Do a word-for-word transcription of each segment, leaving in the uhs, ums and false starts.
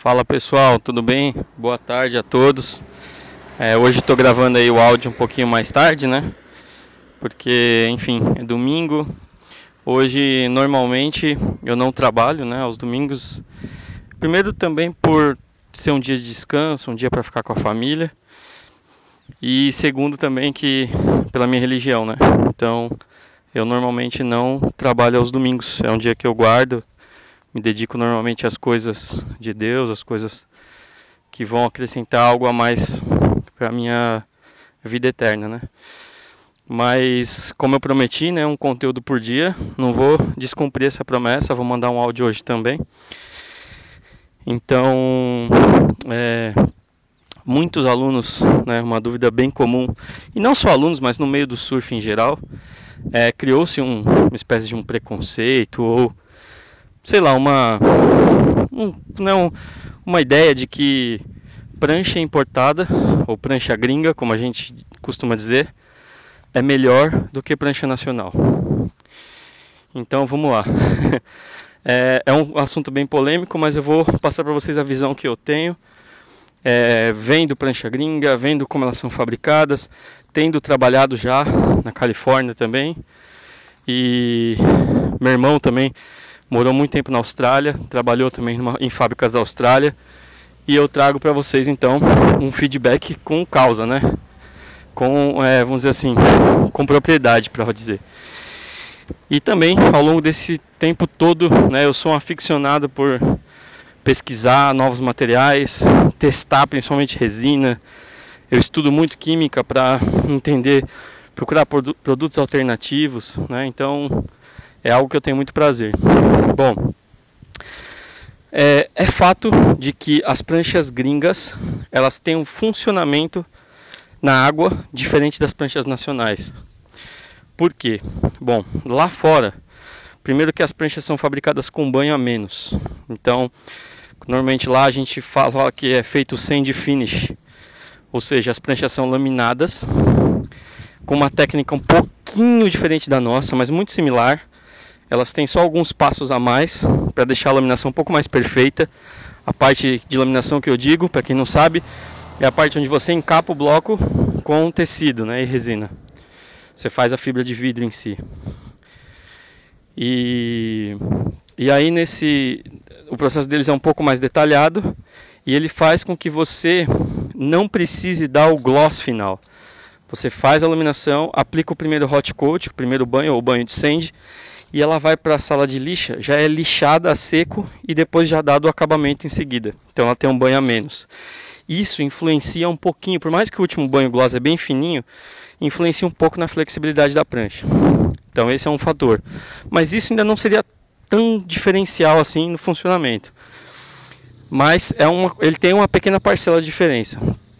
Fala pessoal, tudo bem? Boa tarde a todos. É, hoje estou gravando aí o áudio um pouquinho mais tarde, né? Porque, enfim, é domingo. Hoje, normalmente, eu não trabalho, né? Aos domingos. Primeiro também por ser um dia de descanso, um dia para ficar com a família. E segundo também que pela minha religião, né? Então, eu normalmente não trabalho aos domingos. É um dia que eu guardo. Me dedico normalmente às coisas de Deus, às coisas que vão acrescentar algo a mais para a minha vida eterna, né? Mas, como eu prometi, né, um conteúdo por dia, não vou descumprir essa promessa, vou mandar um áudio hoje também. Então, é, muitos alunos, né, uma dúvida bem comum, e não só alunos, mas no meio do surf em geral, é, criou-se um, uma espécie de um preconceito ou, sei lá, uma, um, não, uma ideia de que prancha importada, ou prancha gringa, como a gente costuma dizer, é melhor do que prancha nacional. Então vamos lá. é, é um assunto bem polêmico, mas eu vou passar para vocês a visão que eu tenho. É, vendo prancha gringa, vendo como elas são fabricadas, tendo trabalhado já na Califórnia também. E meu irmão também morou muito tempo na Austrália, trabalhou também numa, em fábricas da Austrália. E eu trago para vocês então um feedback com causa, né? Com, é, vamos dizer assim, com propriedade, para dizer. E também, ao longo desse tempo todo, né, eu sou um aficionado por pesquisar novos materiais, testar principalmente resina. Eu estudo muito química para entender, procurar produtos alternativos, né? Então é algo que eu tenho muito prazer. Bom, é, é fato de que as pranchas gringas elas têm um funcionamento na água diferente das pranchas nacionais. Por quê? Bom, lá fora, primeiro que as pranchas são fabricadas com banho a menos. Então, normalmente lá a gente fala que é feito sand finish, ou seja, as pranchas são laminadas com uma técnica um pouquinho diferente da nossa, mas muito similar. Elas têm só alguns passos a mais para deixar a laminação um pouco mais perfeita. A parte de laminação que eu digo, para quem não sabe, é a parte onde você encapa o bloco com tecido, né, e resina. Você faz a fibra de vidro em si. E, e aí nesse, o processo deles é um pouco mais detalhado e ele faz com que você não precise dar o gloss final. Você faz a laminação, aplica o primeiro hot coat, o primeiro banho ou banho de sand, e ela vai para a sala de lixa, já é lixada a seco e depois já dado o acabamento em seguida. Então ela tem um banho a menos. Isso influencia um pouquinho, por mais que o último banho gloss é bem fininho, influencia um pouco na flexibilidade da prancha. Então esse é um fator. Mas isso ainda não seria tão diferencial assim no funcionamento. Mas é uma, ele tem uma pequena parcela de diferença.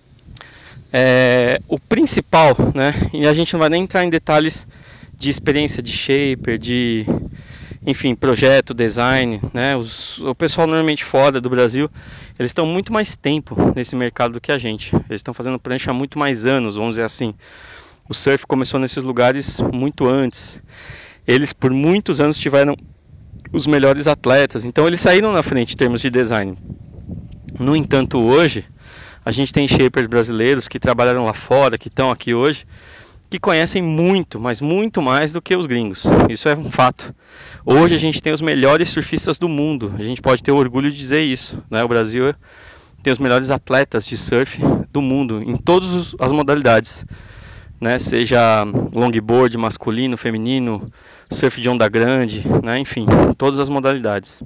É, o principal, né, e a gente não vai nem entrar em detalhes de experiência de shaper, de, enfim, projeto, design, né, os, o pessoal normalmente fora do Brasil, eles estão muito mais tempo nesse mercado do que a gente. Eles estão fazendo prancha há muito mais anos, vamos dizer assim. O surf começou nesses lugares muito antes. Eles por muitos anos tiveram os melhores atletas, então eles saíram na frente em termos de design. No entanto, hoje a gente tem shapers brasileiros que trabalharam lá fora, que estão aqui hoje, que conhecem muito, mas muito mais do que os gringos. Isso é um fato. Hoje a gente tem os melhores surfistas do mundo. A gente pode ter o orgulho de dizer isso, né? O Brasil tem os melhores atletas de surf do mundo em todas as modalidades, né? Seja longboard masculino, feminino, surf de onda grande, né? Enfim, todas as modalidades.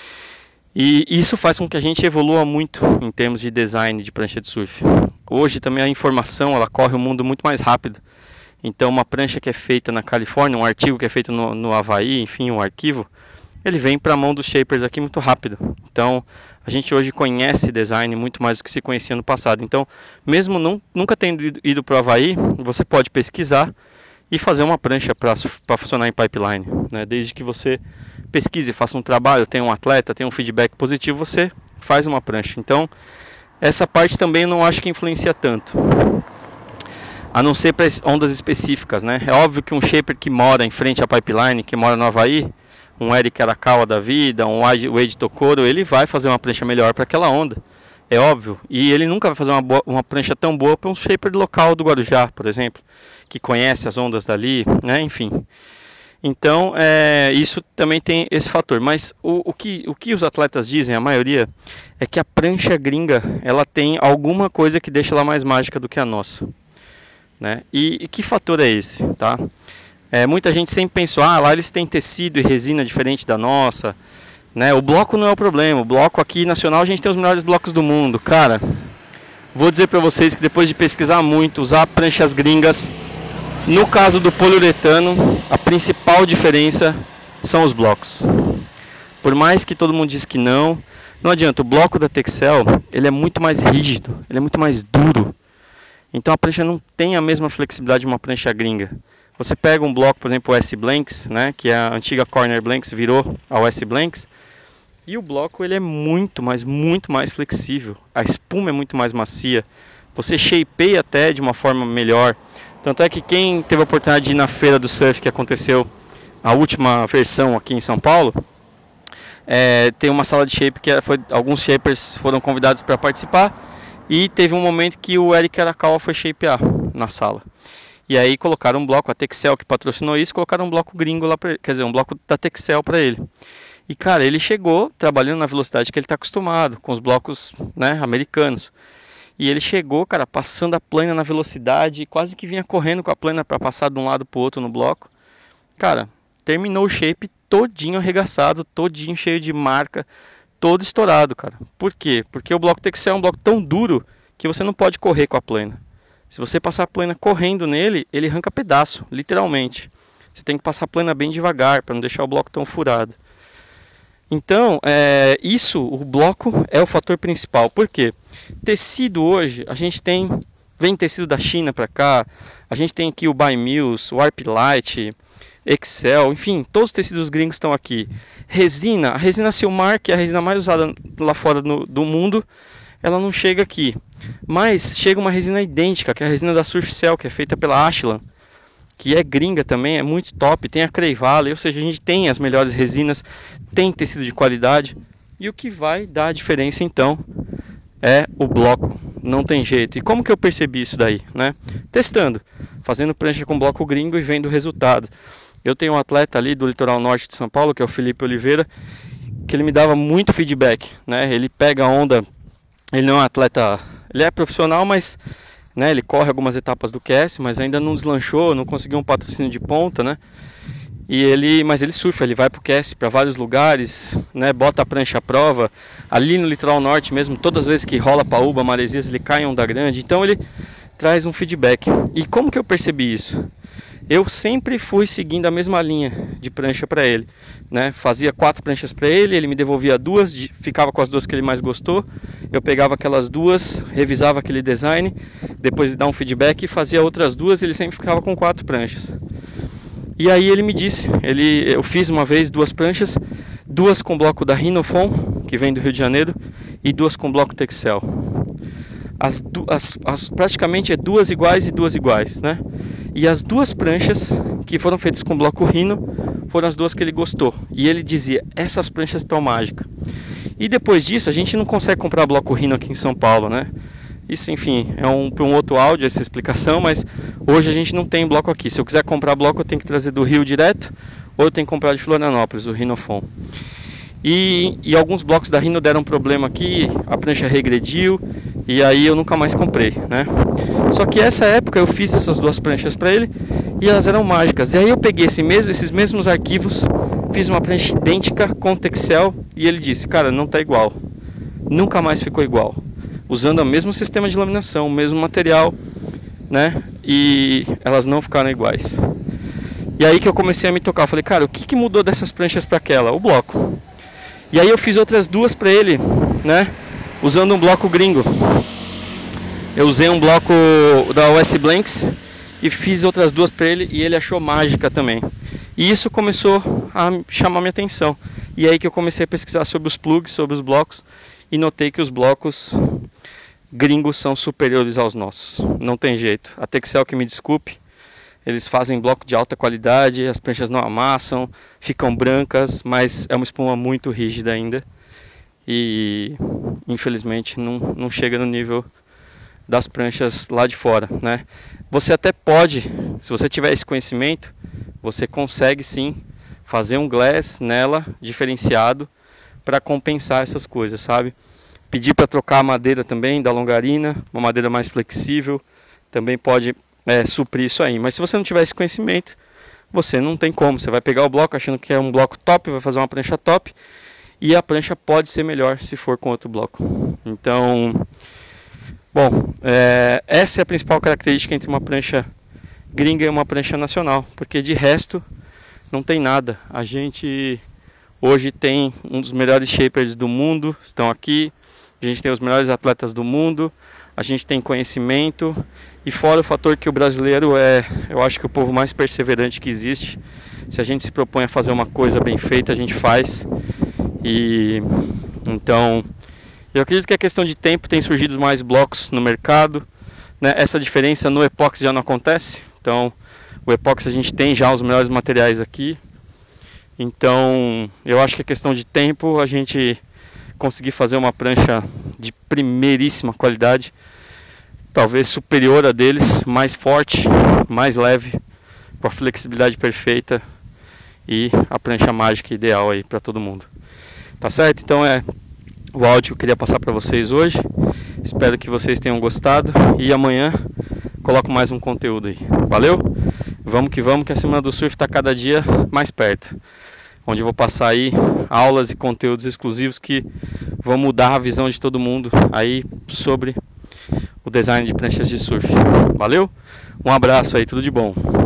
E isso faz com que a gente evolua muito em termos de design de prancha de surf. Hoje também a informação ela corre o mundo muito mais rápido. Então uma prancha que é feita na Califórnia, um artigo que é feito no, no Havaí, enfim, um arquivo, ele vem para a mão dos shapers aqui muito rápido. Então a gente hoje conhece design muito mais do que se conhecia no passado. Então mesmo não, nunca tendo ido para o Havaí, você pode pesquisar e fazer uma prancha para funcionar em pipeline, né? Desde que você pesquise, faça um trabalho, tenha um atleta, tenha um feedback positivo, você faz uma prancha. Então, essa parte também eu não acho que influencia tanto. A não ser para ondas específicas, né? É óbvio que um shaper que mora em frente à pipeline, que mora no Havaí, um Eric Arakawa da vida, um Wade Tokoro, ele vai fazer uma prancha melhor para aquela onda. É óbvio. E ele nunca vai fazer uma, boa, uma prancha tão boa para um shaper local do Guarujá, por exemplo, que conhece as ondas dali, né? Enfim. Então, é, isso também tem esse fator. Mas o, o, que, o que os atletas dizem, a maioria, é que a prancha gringa, ela tem alguma coisa que deixa ela mais mágica do que a nossa. Né? E, e que fator é esse? Tá? É, muita gente sempre pensou, ah, lá eles têm tecido e resina diferente da nossa. Né? O bloco não é o problema. O bloco aqui nacional, a gente tem os melhores blocos do mundo. Cara, vou dizer para vocês que depois de pesquisar muito, usar pranchas gringas, no caso do poliuretano, a principal diferença são os blocos. Por mais que todo mundo diz que não, não adianta. O bloco da Texel, ele é muito mais rígido, ele é muito mais duro. Então a prancha não tem a mesma flexibilidade de uma prancha gringa. Você pega um bloco, por exemplo, o S-Blanks, né, que é a antiga Corner Blanks, virou a S-Blanks, e o bloco ele é muito, mas muito mais flexível. A espuma é muito mais macia. Você shapeia até de uma forma melhor. Tanto é que quem teve a oportunidade de ir na feira do surf que aconteceu, a última versão aqui em São Paulo, é, tem uma sala de shape que foi, alguns shapers foram convidados para participar, e teve um momento que o Eric Arakawa foi shapear na sala. E aí colocaram um bloco, a Texel que patrocinou isso, colocaram um bloco gringo lá, pra, quer dizer, um bloco da Texel para ele. E cara, ele chegou trabalhando na velocidade que ele está acostumado, com os blocos, né, americanos. E ele chegou, cara, passando a plana na velocidade, quase que vinha correndo com a plana para passar de um lado para o outro no bloco. Cara, terminou o shape todinho arregaçado, todinho cheio de marca, todo estourado, cara. Por quê? Porque o bloco Texel é um bloco tão duro que você não pode correr com a plana. Se você passar a plana correndo nele, ele arranca pedaço, literalmente. Você tem que passar a plana bem devagar para não deixar o bloco tão furado. Então, é, isso, o bloco é o fator principal. Por quê? Tecido hoje, a gente tem, vem tecido da China para cá, a gente tem aqui o By-Mills, o Arpilite, Excel, enfim, todos os tecidos gringos estão aqui. Resina, a resina Silmar, que é a resina mais usada lá fora no, do mundo, ela não chega aqui. Mas chega uma resina idêntica, que é a resina da Surfcell, que é feita pela Ashland, que é gringa também, é muito top, tem a Cray Valley, ou seja, a gente tem as melhores resinas, tem tecido de qualidade, e o que vai dar a diferença então é o bloco, não tem jeito. E como que eu percebi isso daí, né? Testando, fazendo prancha com bloco gringo e vendo o resultado. Eu tenho um atleta ali do litoral norte de São Paulo, que é o Felipe Oliveira, que ele me dava muito feedback, né? Ele pega a onda, ele não é um atleta, ele é profissional, mas né, ele corre algumas etapas do Q S, mas ainda não deslanchou, não conseguiu um patrocínio de ponta, né? E ele, mas ele surfa, ele vai pro Q S para vários lugares, né? Bota a prancha à prova. Ali no litoral norte mesmo, todas as vezes que rola paúba, maresias, ele cai em onda grande. Então ele traz um feedback. E como que eu percebi isso? Eu sempre fui seguindo a mesma linha de prancha para ele, né? Fazia quatro pranchas para ele, ele me devolvia duas, ficava com as duas que ele mais gostou. Eu pegava aquelas duas, revisava aquele design, depois de dar um feedback e fazia outras duas, e ele sempre ficava com quatro pranchas. E aí ele me disse, ele, eu fiz uma vez duas pranchas, duas com bloco da Rinofon, que vem do Rio de Janeiro, e duas com bloco Texel. As, as, as, praticamente é duas iguais e duas iguais, né? E as duas pranchas que foram feitas com bloco Rhino foram as duas que ele gostou. E ele dizia, essas pranchas estão mágicas. E depois disso, a gente não consegue comprar bloco Rhino aqui em São Paulo, né? Isso, enfim, é um, um outro áudio essa explicação, mas hoje a gente não tem bloco aqui. Se eu quiser comprar bloco, eu tenho que trazer do Rio direto, ou eu tenho que comprar de Florianópolis, o Rhinofon. E, e alguns blocos da Rhino deram problema aqui, a prancha regrediu, e aí eu nunca mais comprei, né? Só que essa época eu fiz essas duas pranchas para ele e elas eram mágicas. E aí eu peguei esse mesmo, esses mesmos arquivos, fiz uma prancha idêntica com Texel e ele disse, cara, não tá igual. Nunca mais ficou igual. Usando o mesmo sistema de laminação, o mesmo material, né? E elas não ficaram iguais. E aí que eu comecei a me tocar, eu falei, cara, o que, que mudou dessas pranchas para aquela? O bloco. E aí eu fiz outras duas para ele, né? Usando um bloco gringo. Eu usei um bloco da O S Blanks e fiz outras duas para ele e ele achou mágica também. E isso começou a chamar minha atenção. E aí que eu comecei a pesquisar sobre os plugs, sobre os blocos e notei que os blocos gringos são superiores aos nossos. Não tem jeito. A Texel que me desculpe, Eles fazem bloco de alta qualidade, as pranchas não amassam, ficam brancas, mas é uma espuma muito rígida ainda. E infelizmente não, não chega no nível das pranchas lá de fora, né? Você até pode, se você tiver esse conhecimento, você consegue sim fazer um glass nela diferenciado para compensar essas coisas, sabe? Pedir para trocar a madeira também da longarina, uma madeira mais flexível, também pode é, suprir isso aí. Mas se você não tiver esse conhecimento, você não tem como. Você vai pegar o bloco achando que é um bloco top, vai fazer uma prancha top, e a prancha pode ser melhor se for com outro bloco. Então, bom, é, essa é a principal característica entre uma prancha gringa e uma prancha nacional, porque de resto não tem nada. A gente hoje tem um dos melhores shapers do mundo, estão aqui. A gente tem os melhores atletas do mundo, a gente tem conhecimento, e fora o fator que o brasileiro é, eu acho que o povo mais perseverante que existe. Se a gente se propõe a fazer uma coisa bem feita, a gente faz. E então, eu acredito que a questão de tempo, tem surgido mais blocos no mercado, né? Essa diferença no epóxi já não acontece. Então, o epóxi a gente tem já os melhores materiais aqui. Então, eu acho que a questão de tempo, a gente conseguir fazer uma prancha de primeiríssima qualidade, talvez superior a deles, mais forte, mais leve, com a flexibilidade perfeita e a prancha mágica ideal aí para todo mundo. Tá certo? Então é o áudio que eu queria passar para vocês hoje. Espero que vocês tenham gostado e amanhã coloco mais um conteúdo aí. Valeu? Vamos que vamos, que a Semana do Surf está cada dia mais perto, onde eu vou passar aí aulas e conteúdos exclusivos que vão mudar a visão de todo mundo aí sobre o design de pranchas de surf. Valeu? Um abraço aí, tudo de bom.